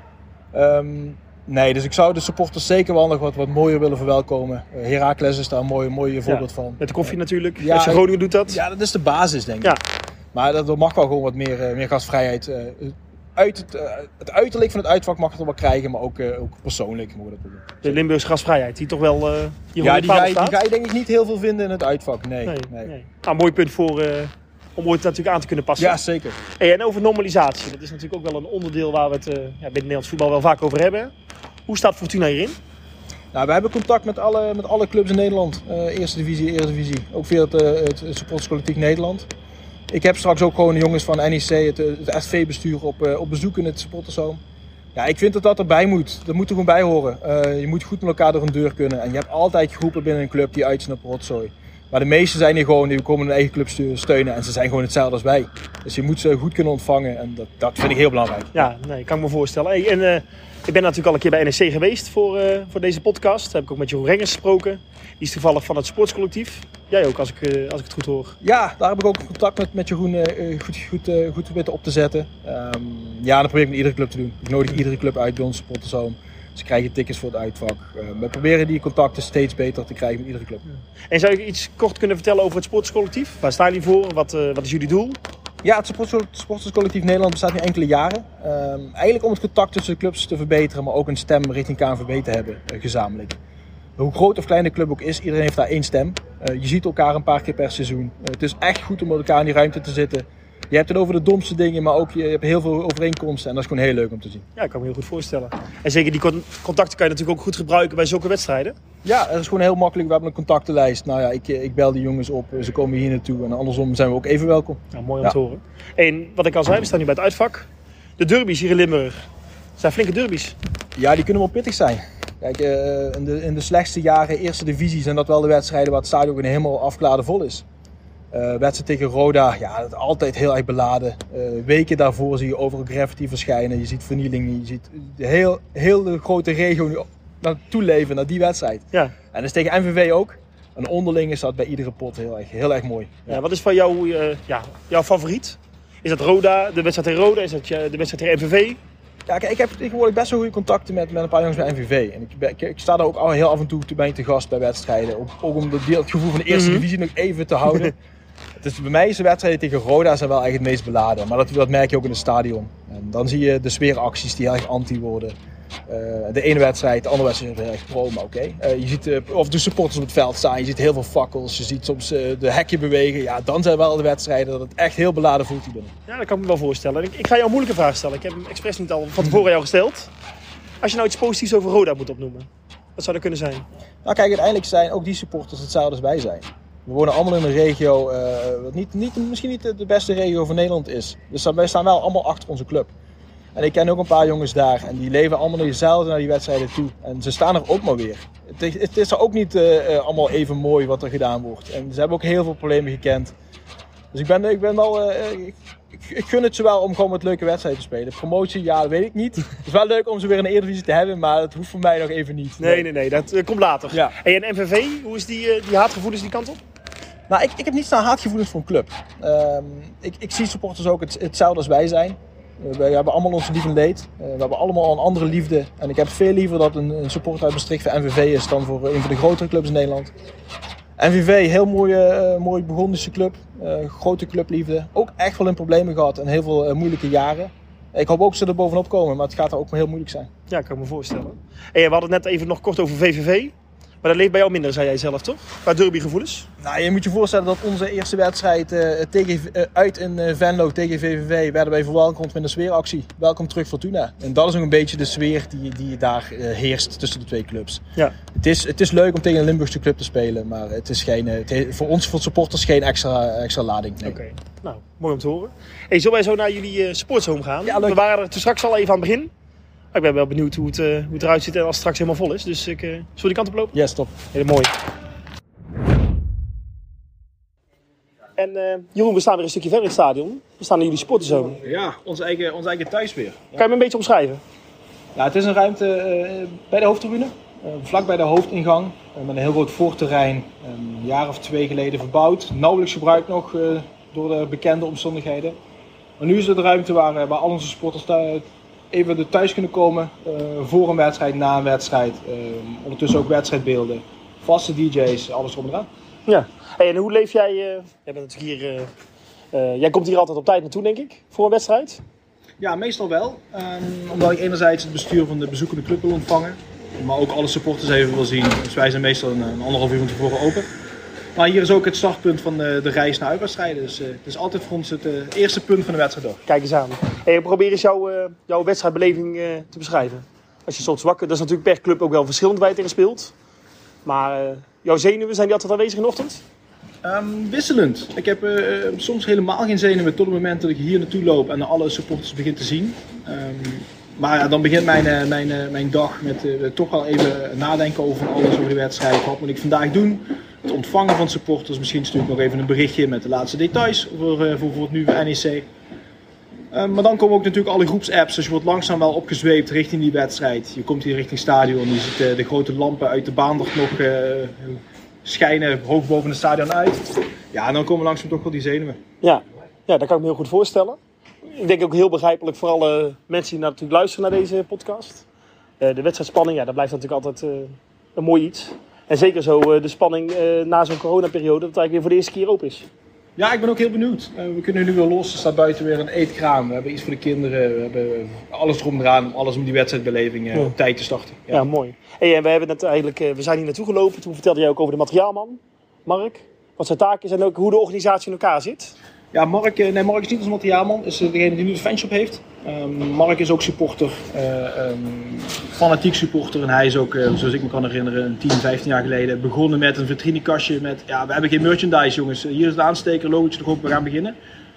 Um, nee, dus ik zou de supporters zeker wel nog wat, wat mooier willen verwelkomen. Uh, Heracles is daar een mooi, mooi voorbeeld ja, van. Met de koffie natuurlijk. Ja, F C Groningen doet dat. Ja, dat is de basis denk ik. Ja. Maar er mag wel gewoon wat meer, uh, meer gastvrijheid. Uh, Uit het, uh, het uiterlijk van het uitvak mag het er wel krijgen, maar ook, uh, ook persoonlijk mogen dat doen. De Limburgse gastvrijheid, die toch wel uh, hier ja, die ga, je, die ga je denk ik niet heel veel vinden in het uitvak. Nee. nee, nee. nee. Nou, mooi punt voor, uh, om ooit natuurlijk aan te kunnen passen. Ja, zeker. Hey, en over normalisatie, dat is natuurlijk ook wel een onderdeel waar we het uh, ja, bij het Nederlands voetbal wel vaak over hebben. Hoe staat Fortuna hierin? Nou, we hebben contact met alle, met alle clubs in Nederland. Uh, Eerste divisie, Eredivisie. Ook via het, uh, het, het supporterscollectief Nederland. Ik heb straks ook gewoon de jongens van N E C, het, het S V-bestuur, op, uh, op bezoek in het supportershome. Ja, ik vind dat dat erbij moet. Dat moet er gewoon bij horen. Uh, je moet goed met elkaar door een deur kunnen. En je hebt altijd groepen binnen een club die uitzien op rotzooi. Maar de meeste zijn hier gewoon, die komen hun eigen club steunen. En ze zijn gewoon hetzelfde als wij. Dus je moet ze goed kunnen ontvangen. En dat, dat vind ik heel belangrijk. Ja, nee, kan ik me voorstellen. Hey, en, uh, ik ben natuurlijk al een keer bij N E C geweest voor, uh, voor deze podcast. Daar heb ik ook met Jeroen Rengers gesproken. Die is toevallig van het sportscollectief. Jij ook, als ik, uh, als ik het goed hoor. Ja, daar heb ik ook contact met, met Jeroen uh, goed, goed, uh, goed weten op te zetten. Um, ja, dat probeer ik met iedere club te doen. Ik nodig iedere club uit bij ons supportershome. Ze krijgen tickets voor het uitvak. Uh, we proberen die contacten steeds beter te krijgen met iedere club. Ja. En zou je iets kort kunnen vertellen over het sportscollectief? Waar staan jullie voor? Wat, uh, wat is jullie doel? Ja, het Supporterscollectief Nederland bestaat nu enkele jaren. Um, eigenlijk om het contact tussen de clubs te verbeteren, maar ook een stem richting K N V B te hebben, uh, gezamenlijk. Hoe groot of klein de club ook is, iedereen heeft daar één stem. Uh, je ziet elkaar een paar keer per seizoen. Uh, het is echt goed om met elkaar in die ruimte te zitten. Je hebt het over de domste dingen, maar ook je hebt heel veel overeenkomsten. En dat is gewoon heel leuk om te zien. Ja, ik kan me heel goed voorstellen. En zeker die contacten kan je natuurlijk ook goed gebruiken bij zulke wedstrijden. Ja, dat is gewoon heel makkelijk. We hebben een contactenlijst. Nou ja, ik, ik bel die jongens op. Ze komen hier naartoe. En andersom zijn we ook even welkom. Nou, mooi om ja. te horen. En wat ik al zei, we staan nu bij het uitvak. De derbies hier in Limburg. Dat zijn flinke derbies. Ja, die kunnen wel pittig zijn. Kijk, in de, in de slechtste jaren, eerste divisie, zijn dat wel de wedstrijden waar het stadion helemaal afgeladen vol is. Uh, wedstrijd tegen Roda, ja, dat is altijd heel erg beladen. Uh, weken daarvoor zie je overal graffiti verschijnen, je ziet vernielingen, je ziet de heel, heel de grote regio nu naartoe leven naar die wedstrijd. Ja. En dat is tegen M V V ook. En onderling is dat bij iedere pot heel erg, heel erg mooi. Ja. Ja, wat is van jou uh, ja, jouw favoriet? Is dat Roda, de wedstrijd tegen Roda? Is dat uh, de wedstrijd tegen M V V? Ja, kijk, ik heb tegenwoordig best wel goede contacten met, met een paar jongens bij M V V. En ik, ben, ik, ik sta daar ook al heel af en toe ben ik te gast bij wedstrijden. Ook, ook om de, het gevoel van de eerste mm-hmm. divisie nog even te houden. Dus bij mij is de wedstrijden tegen Roda zijn wel echt het meest beladen. Maar dat, dat merk je ook in het stadion. En dan zie je de sfeeracties die heel erg anti worden. Uh, de ene wedstrijd, de andere wedstrijd is heel erg pro, maar oké. Okay. Uh, je ziet uh, of de supporters op het veld staan, je ziet heel veel fakkels, je ziet soms uh, de hekje bewegen. Ja, dan zijn wel de wedstrijden dat het echt heel beladen voelt hier binnen. Ja, dat kan ik me wel voorstellen. Ik, ik ga jou een moeilijke vraag stellen. Ik heb hem expres niet al van tevoren aan jou gesteld. Als je nou iets positiefs over Roda moet opnoemen, wat zou dat kunnen zijn? Nou kijk, uiteindelijk zijn ook die supporters hetzelfde als wij zijn. We wonen allemaal in een regio, uh, wat niet, niet, misschien niet de beste regio van Nederland is. Dus wij staan wel allemaal achter onze club. En ik ken ook een paar jongens daar en die leven allemaal dezelfde naar die wedstrijden toe. En ze staan er ook maar weer. Het is, het is er ook niet uh, allemaal even mooi wat er gedaan wordt. En ze hebben ook heel veel problemen gekend. Dus ik ben, ik ben wel, uh, ik, ik gun het ze wel om gewoon met leuke wedstrijden te spelen. Promotie, ja, dat weet ik niet. Het is wel leuk om ze weer in de Eredivisie te hebben, maar dat hoeft voor mij nog even niet. Nee, nee, nee, dat uh, komt later. Ja. En M V V, hoe is die, uh, die haatgevoelens die kant op? Nou, ik, ik heb niet snel haatgevoelens voor een club. Uh, ik, ik zie supporters ook het, hetzelfde als wij zijn. Uh, wij hebben allemaal onze lief en leed. Uh, we hebben allemaal een andere liefde. En ik heb veel liever dat een, een supporter uit Maastricht voor M V V is dan voor een van de grotere clubs in Nederland. M V V, heel mooie, uh, mooi Burgondische club. Uh, grote clubliefde. Ook echt wel in problemen gehad en heel veel uh, moeilijke jaren. Ik hoop ook dat ze er bovenop komen, maar het gaat er ook heel moeilijk zijn. Ja, kan ik me voorstellen. En we hadden het net even nog kort over V V V. Maar dat leeft bij jou minder, zei jij zelf, toch? Qua derbygevoelens? Nou, je moet je voorstellen dat onze eerste wedstrijd uh, tegen, uh, uit in uh, Venlo tegen V V V werden wij verwelkomd met een sfeeractie. Welkom terug Fortuna. En dat is ook een beetje de sfeer die, die daar uh, heerst tussen de twee clubs. Ja. Het is, het is leuk om tegen een Limburgse club te spelen, maar het is geen, het heeft, voor ons, voor supporters, geen extra, extra lading. Nee. Oké, okay. Nou, mooi om te horen. Hey, zullen wij zo naar jullie uh, sportshome gaan? Ja, leuk. We waren er toen straks al even aan het begin. Ik ben wel benieuwd hoe het, uh, hoe het eruit ziet en als het straks helemaal vol is. Dus ik, uh, zullen we die kant op lopen? Ja, yes, top. Heel mooi. En uh, Jeroen, we staan weer een stukje verder in het stadion. We staan in jullie sportzone. Ja, ons eigen, ons eigen thuisweer. Ja. Kan je me een beetje omschrijven? Ja, het is een ruimte uh, bij de hoofdtribune. Uh, vlak bij de hoofdingang. Uh, met een heel groot voorterrein. Een jaar of twee geleden verbouwd. Nauwelijks gebruikt nog uh, door de bekende omstandigheden. Maar nu is het de ruimte waar, waar al onze sporters thuis, even er thuis kunnen komen. Uh, voor een wedstrijd, na een wedstrijd. Uh, ondertussen ook wedstrijdbeelden. Vaste D J's, alles erom en eraan. Ja. Hey, en hoe leef jij? Uh, jij, bent natuurlijk hier, uh, uh, jij komt hier altijd op tijd naartoe, denk ik, voor een wedstrijd? Ja, meestal wel. Um, omdat ik enerzijds het bestuur van de bezoekende club wil ontvangen. Maar ook alle supporters even wil zien. Dus wij zijn meestal een, een anderhalf uur van tevoren open. Maar hier is ook het startpunt van de, de reis naar uitwedstrijden. Dus uh, het is altijd voor ons het uh, eerste punt van de wedstrijd door. Kijk eens aan. Hey, probeer eens jouw, uh, jouw wedstrijdbeleving uh, te beschrijven. Als je soms wakker, dat is natuurlijk per club ook wel verschillend waar je tegen speelt. Maar uh, jouw zenuwen, zijn die altijd aanwezig in de ochtend? Um, wisselend. Ik heb uh, soms helemaal geen zenuwen tot het moment dat ik hier naartoe loop en alle supporters begin te zien. Um, maar ja, dan begint mijn, uh, mijn, uh, mijn dag met uh, toch wel even nadenken over alles over de wedstrijd. Wat moet ik vandaag doen? Het ontvangen van supporters. Misschien stuur ik nog even een berichtje met de laatste details voor, uh, voor, voor het nieuwe N E C. Uh, maar dan komen ook natuurlijk alle groepsapps. Dus je wordt langzaam wel opgezweept richting die wedstrijd. Je komt hier richting het stadion. Je ziet uh, de grote lampen uit de Baandert nog uh, schijnen hoog boven het stadion uit. Ja, en dan komen langzaam toch wel die zenuwen. Ja, ja, dat kan ik me heel goed voorstellen. Ik denk ook heel begrijpelijk voor alle mensen die natuurlijk luisteren naar deze podcast. Uh, de wedstrijdspanning, ja, dat blijft natuurlijk altijd uh, een mooi iets. En zeker zo uh, de spanning uh, na zo'n coronaperiode, dat het eigenlijk weer voor de eerste keer open is. Ja, ik ben ook heel benieuwd. Uh, we kunnen nu weer los. Er staat buiten weer een eetkraam. We hebben iets voor de kinderen. We hebben alles erom eraan. Alles om die wedstrijdbeleving uh, ja. op tijd te starten. Ja, ja mooi. Hey, en we, hebben net eigenlijk, uh, we zijn hier naartoe gelopen. Toen vertelde jij ook over de materiaalman, Mark. Wat zijn taak is en ook hoe de organisatie in elkaar zit. Ja, Mark, nee, Mark is niet als materiaalman. Is degene die nu de fanshop heeft. Um, Mark is ook supporter. Uh, um, fanatiek supporter. En hij is ook, uh, zoals ik me kan herinneren, tien, vijftien jaar geleden begonnen met een vitrinekastje met, ja, we hebben geen merchandise jongens. Hier is de aansteker, logootje erop, we gaan beginnen.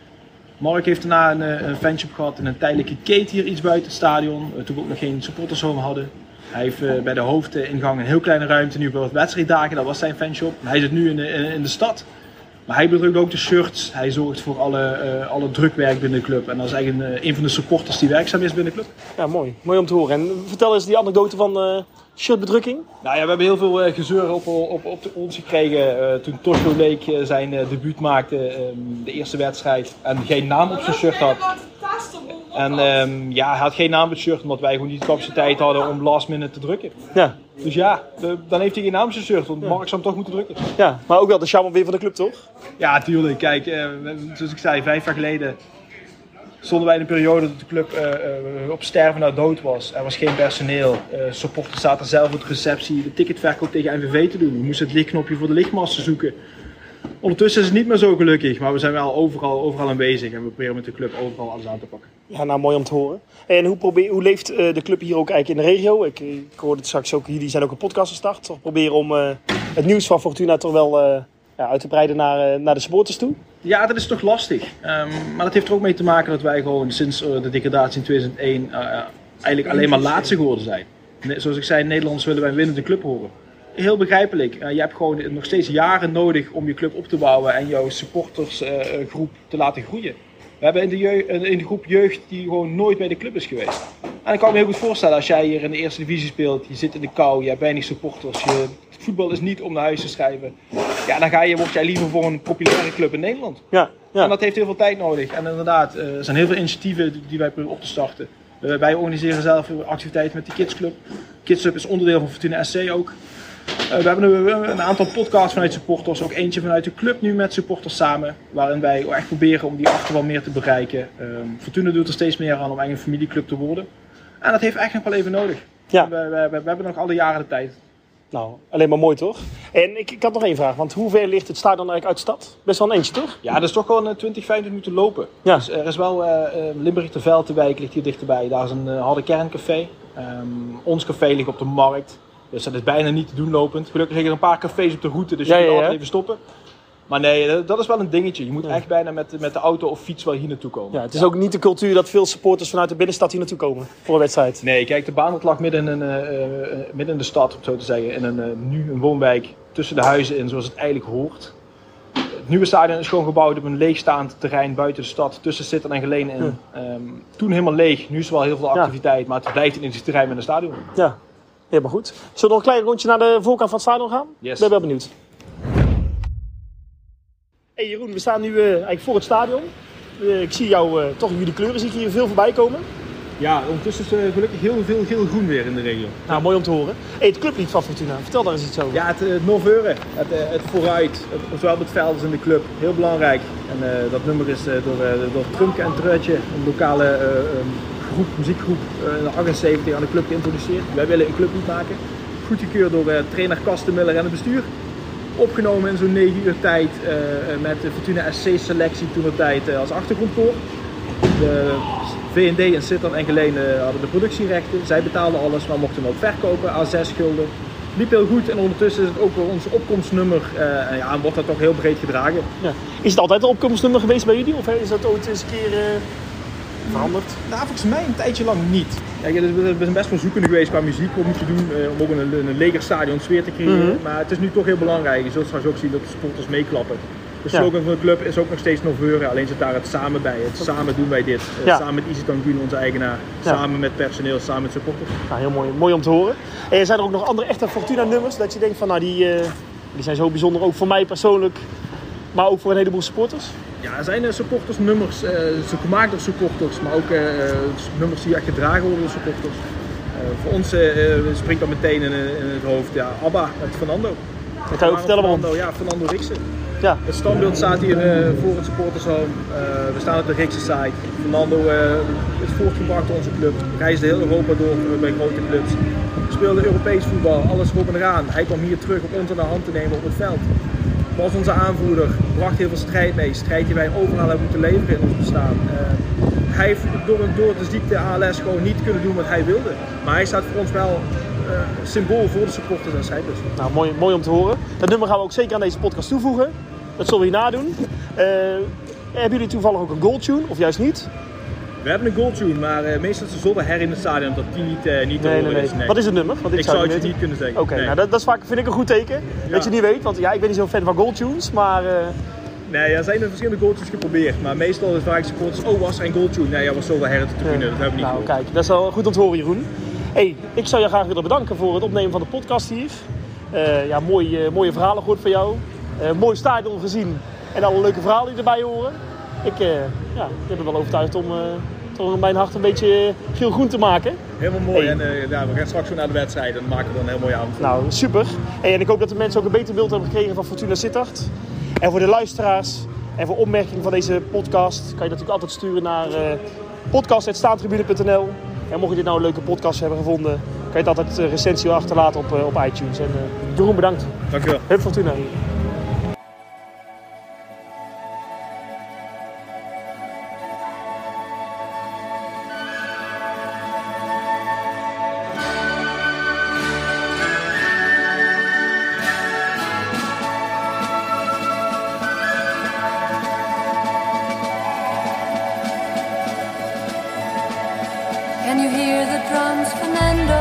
Mark heeft daarna een, een fanshop gehad en een tijdelijke keten hier iets buiten het stadion. Uh, toen we ook nog geen supportershome hadden. Hij heeft uh, bij de hoofdingang een heel kleine ruimte nu voor wedstrijddagen. Dat was zijn fanshop. En hij zit nu in de, in de stad. Maar hij bedrukt ook de shirts. Hij zorgt voor alle, uh, alle drukwerk binnen de club. En dat is eigenlijk een, uh, een van de supporters die werkzaam is binnen de club. Ja, mooi. Mooi om te horen. En vertel eens die anekdote van uh, shirtbedrukking. Nou ja, we hebben heel veel uh, gezeur op, op, op de, ons gekregen uh, toen Tosjo Leek uh, zijn uh, debuut maakte. Uh, de eerste wedstrijd. En geen naam op zijn shirt had. En um, ja, hij had geen naam op het shirt omdat wij gewoon niet de capaciteit hadden om last minute te drukken. Ja. Dus ja, de, dan heeft hij geen naam op zijn shirt, want ja. Mark zou hem toch moeten drukken. Ja, maar ook wel de charme weer van de club, toch? Ja, tuurlijk. Kijk, uh, zoals ik zei, vijf jaar geleden stonden wij in een periode dat de club uh, uh, op sterven na dood was. Er was geen personeel. Uh, supporters zaten zelf op de receptie de ticketverkoop tegen N V V te doen. We moesten het lichtknopje voor de lichtmasten zoeken. Ondertussen is het niet meer zo gelukkig, maar we zijn wel overal, overal aanwezig en we proberen met de club overal alles aan te pakken. Ja, nou mooi om te horen. En hoe, probeer, hoe leeft uh, de club hier ook eigenlijk in de regio? Ik, ik hoorde het straks ook, jullie zijn ook een podcast gestart. Toch proberen om uh, het nieuws van Fortuna toch wel uh, ja, uit te breiden naar, uh, naar de supporters toe? Ja, dat is toch lastig. Um, maar dat heeft er ook mee te maken dat wij gewoon sinds uh, de degradatie in tweeduizend één uh, eigenlijk alleen maar laatste geworden zijn. Ne- zoals ik zei, in Nederland willen wij een winnende club horen. Heel begrijpelijk. Uh, je hebt gewoon nog steeds jaren nodig om je club op te bouwen en jouw supportersgroep uh, te laten groeien. We hebben in de, jeugd, in de groep jeugd die gewoon nooit bij de club is geweest. En ik kan me heel goed voorstellen als jij hier in de eerste divisie speelt, je zit in de kou, je hebt weinig supporters, je, voetbal is niet om naar huis te schrijven. Ja, dan ga je, word jij liever voor een populaire club in Nederland. Ja, ja. En dat heeft heel veel tijd nodig. En inderdaad, er zijn heel veel initiatieven die wij proberen op te starten. Uh, wij organiseren zelf activiteiten met de Kidsclub. Kidsclub is onderdeel van Fortuna S C ook. Uh, we hebben een, een aantal podcasts vanuit supporters, ook eentje vanuit de club nu met supporters samen, waarin wij echt proberen om die achterban meer te bereiken. Uh, Fortuna doet er steeds meer aan om eigenlijk een familieclub te worden. En dat heeft echt nog wel even nodig. Ja. We, we, we, we hebben nog alle jaren de tijd. Nou, alleen maar mooi toch? En ik, ik had nog één vraag, want hoe ver ligt het stadion eigenlijk uit de stad? Best wel een eentje toch? Ja, dat is toch gewoon twintig, vijfentwintig minuten lopen. Ja. Dus er is wel uh, Limburg de Veldewijk ligt hier dichterbij. Daar is een uh, harde kerncafé. Um, ons café ligt op de markt. Dus dat is bijna niet te doen lopend. Gelukkig liggen er een paar cafés op de route, dus je ja, kunt ja, ja. altijd even stoppen. Maar nee, dat is wel een dingetje. Je moet ja. echt bijna met, met de auto of fiets wel hier naartoe komen. Ja, het is ja. ook niet de cultuur dat veel supporters vanuit de binnenstad hier naartoe komen voor een wedstrijd. Nee, kijk, de baan lag midden in, een, uh, uh, midden in de stad, om het zo te zeggen. In een, uh, nu een woonwijk tussen de huizen in, zoals het eigenlijk hoort. Het nieuwe stadion is gewoon gebouwd op een leegstaand terrein buiten de stad, tussen Sittard en Geleen in. Ja. Um, toen helemaal leeg, nu is er wel heel veel activiteit, ja. maar het blijft een industrieterrein met een stadion. Ja. Helemaal goed. Zullen we nog een klein rondje naar de voorkant van het stadion gaan? Yes. Ik ben wel benieuwd. Hey Jeroen, we staan nu uh, eigenlijk voor het stadion. Uh, ik zie jou, uh, toch jullie kleuren zie ik hier veel voorbij komen. Ja, ondertussen is er gelukkig heel veel geel-groen weer in de regio. Nou, mooi om te horen. Hey, het clublied van Fortuna, vertel daar eens iets over. Ja, het, het Noveuren, het, het vooruit, het, zowel op het veld als in de club, heel belangrijk. En uh, dat nummer is uh, door, uh, door Trumke en Treutje, een lokale uh, um, groep, muziekgroep uh, in de achtenzeventig aan de club geïntroduceerd. Wij willen een clublied maken, goedgekeurd door uh, trainer Kastenmiller en het bestuur. Opgenomen in zo'n negen uur tijd uh, met de Fortuna S C selectie toen de tijd uh, als achtergrondkoor. De V en D in Sittard en Geleen uh, hadden de productierechten, zij betaalden alles, maar mochten hem ook verkopen, A zes gulden. Liep heel goed en ondertussen is het ook weer ons opkomstnummer uh, en ja, wordt dat toch heel breed gedragen. Ja. Is het altijd een opkomstnummer geweest bij jullie of is dat ooit eens een keer uh, veranderd? Nou, volgens mij een tijdje lang niet. Kijk, we zijn best wel zoekende geweest qua muziek, wat moet je doen uh, om ook een, een legerstadion sfeer te creëren. Mm-hmm. Maar het is nu toch heel belangrijk, je zult straks ook zien dat de supporters meeklappen. De slogan ja. van de club is ook nog steeds Noveuren, alleen zit daar het samen bij. Het samen doen wij dit. Ja. Samen met Isitan Gun, onze eigenaar. Ja. Samen met personeel, samen met supporters. Nou, heel mooi, mooi om te horen. En zijn er ook nog andere echte Fortuna nummers dat je denkt van nou die, uh, die zijn zo bijzonder ook voor mij persoonlijk, maar ook voor een heleboel supporters? Ja, er zijn uh, supportersnummers, uh, ze gemaakt door supporters, maar ook uh, nummers die echt gedragen worden door supporters. Uh, voor ons uh, springt dat meteen in, in het hoofd, ja, ABBA, het Fernando. Ik ga je ook vertellen waarom. Ja, Fernando Riksen. Ja. Het standbeeld staat hier uh, voor het supportershome. Uh, we staan op de Riksen site. Fernando uh, is voortgebracht door onze club. Reisde heel Europa door uh, bij grote clubs. Speelde Europees voetbal, alles erop en eraan. Hij kwam hier terug om ons aan de hand te nemen op het veld. Was onze aanvoerder, bracht heel veel strijd mee. Strijd die wij overal hebben moeten leveren in ons bestaan. Uh, hij heeft door, door de ziekte A L S gewoon niet kunnen doen wat hij wilde. Maar hij staat voor ons wel uh, symbool voor de supporters en strijders. Nou, mooi, mooi om te horen. Dat nummer gaan we ook zeker aan deze podcast toevoegen. Dat zullen we hierna doen. Uh, hebben jullie toevallig ook een goaltune of juist niet? We hebben een goaltune, maar uh, meestal is er zoveel her in het stadion dat die niet, uh, niet te nee, horen nee, nee. is. Nee. Wat is het nummer? Want ik, ik zou zou het je niet kunnen zeggen. Oké, okay, nee. nou dat, dat is vaak, vind ik een goed teken. Ja. Dat je het niet weet, want ja, ik ben niet zo'n fan van goaltunes, maar uh, Nee, er zijn er verschillende goaltunes geprobeerd, maar meestal vragen supporters, oh was er een goaltune? Nee, er was zoveel her op de tribune, dat hebben we niet Nou, gehoord. kijk, dat is wel goed om te horen, Jeroen. Hey, ik zou je graag willen bedanken voor het opnemen van de podcast hier. Uh, ja, mooie, mooie verhalen gehoord van jou. Uh, mooi stadion gezien en alle leuke verhalen die erbij horen. Ik, uh, ja, ik ben er wel overtuigd om uh, toch in mijn hart een beetje geel-groen te maken. Helemaal mooi. Hey. En uh, ja, we gaan straks weer naar de wedstrijd en dan maken we er een heel mooie avond. Nou, super. Hey, en ik hoop dat de mensen ook een beter beeld hebben gekregen van Fortuna Sittard. En voor de luisteraars en voor opmerkingen van deze podcast kan je natuurlijk altijd sturen naar uh, podcast apenstaartje staantribune punt n l. En mocht je dit nou een leuke podcast hebben gevonden, kan je het altijd uh, recensie achterlaten op, uh, op iTunes. En uh, Jeroen, bedankt. Dankjewel. Hup Fortuna. Can you hear the drums, Fernando?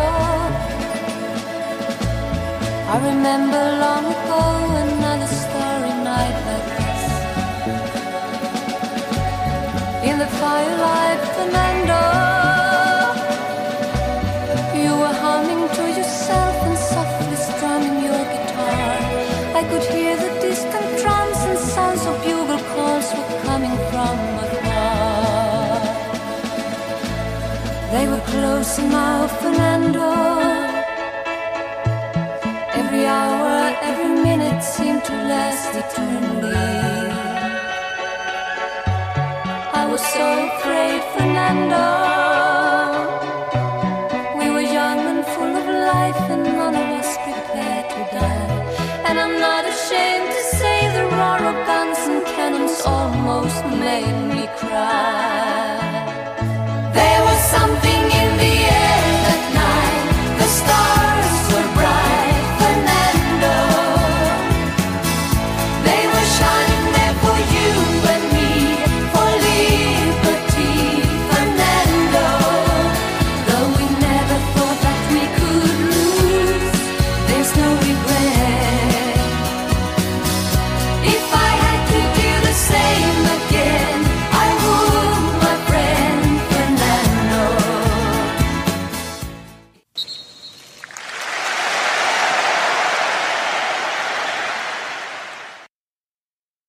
I remember long ago another starry night like this. In the firelight, Fernando, you were humming to yourself and softly strumming your guitar. I could hear the distant drums and sounds of bugle calls were coming from afar. They were close now, Fernando. Every hour, every minute seemed to last eternally. I was so afraid, Fernando. We were young and full of life and none of us prepared to die. And I'm not ashamed to say the roar of guns and cannons almost made me cry.